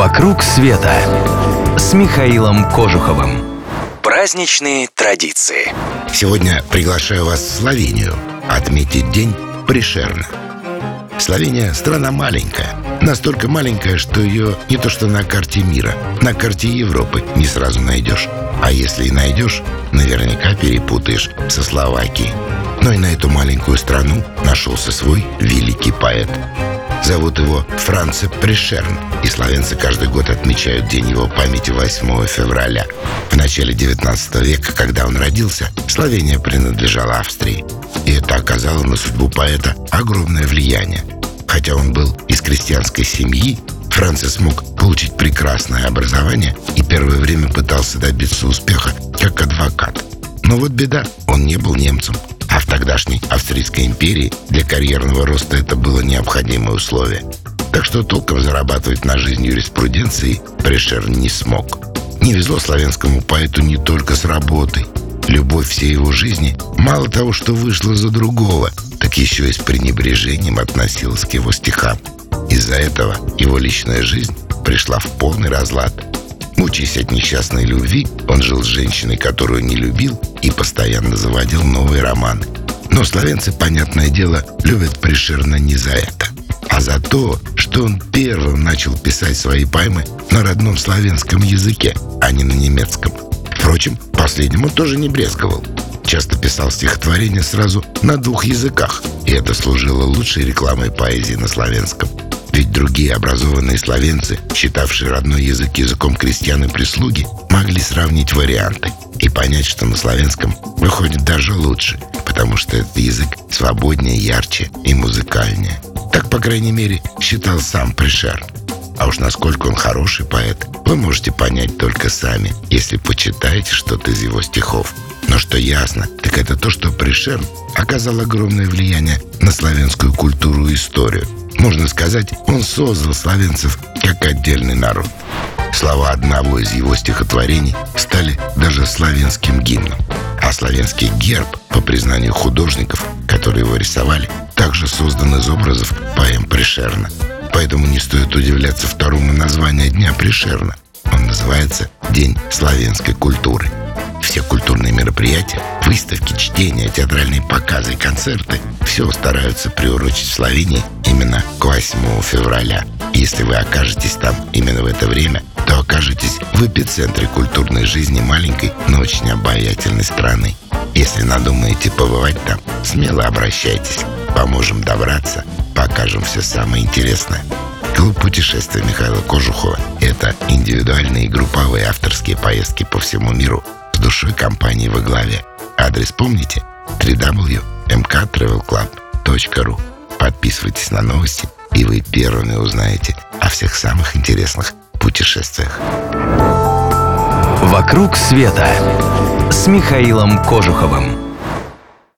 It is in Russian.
«Вокруг света» с Михаилом Кожуховым. Праздничные традиции. Сегодня приглашаю вас в Словению отметить День Пришерна. Словения — страна маленькая. Настолько маленькая, что ее не то что на карте мира, на карте Европы не сразу найдешь. А если и найдешь, наверняка перепутаешь со Словакией. Но и на эту маленькую страну нашелся свой великий поэт. Зовут его Франце Пришерн, и словенцы каждый год отмечают день его памяти 8 февраля. В начале 19 века, когда он родился, Словения принадлежала Австрии, и это оказало на судьбу поэта огромное влияние. Хотя он был из крестьянской семьи, Франце смог получить прекрасное образование и первое время пытался добиться успеха как адвокат. Но вот беда, он не был немцем. А в тогдашней Австрийской империи для карьерного роста это было необходимое условие. Так что толком зарабатывать на жизнь юриспруденцией Пришерн не смог. Не везло славянскому поэту не только с работой. Любовь всей его жизни мало того, что вышла за другого, так еще и с пренебрежением относилась к его стихам. Из-за этого его личная жизнь пришла в полный разлад. Мучаясь от несчастной любви, он жил с женщиной, которую не любил, и постоянно заводил новые романы. Но словенцы, понятное дело, любят Пришерна не за это, а за то, что он первым начал писать свои поэмы на родном славянском языке, а не на немецком. Впрочем, последним он тоже не брезговал. Часто писал стихотворения сразу на двух языках, и это служило лучшей рекламой поэзии на славянском. Ведь другие образованные словенцы, считавшие родной язык языком крестьян и прислуги, могли сравнить варианты и понять, что на славянском выходит даже лучше, потому что этот язык свободнее, ярче и музыкальнее. Так, по крайней мере, считал сам Пришерн. А уж насколько он хороший поэт, вы можете понять только сами, если почитаете что-то из его стихов. Но что ясно, так это то, что Пришерн оказал огромное влияние на славянскую культуру и историю. Можно сказать, он создал словенцев как отдельный народ. Слова одного из его стихотворений стали даже славянским гимном. А славянский герб, по признанию художников, которые его рисовали, также создан из образов поэм Пришерна. Поэтому не стоит удивляться второму названию Дня Пришерна. Он называется День славянской культуры. Все культурные мероприятия, выставки, чтения, театральные показы и концерты — все стараются приурочить в Словении именно к 8 февраля. Если вы окажетесь там именно в это время, то окажетесь в эпицентре культурной жизни маленькой, но очень обаятельной страны. Если надумаете побывать там, смело обращайтесь. Поможем добраться, покажем все самое интересное. Клуб путешествия Михаила Кожухова — это индивидуальные и групповые авторские поездки по всему миру с душой компании во главе. Адрес помните? www.mktravelclub.ru. Подписывайтесь на новости, и вы первыми узнаете о всех самых интересных путешествиях. «Вокруг света» с Михаилом Кожуховым.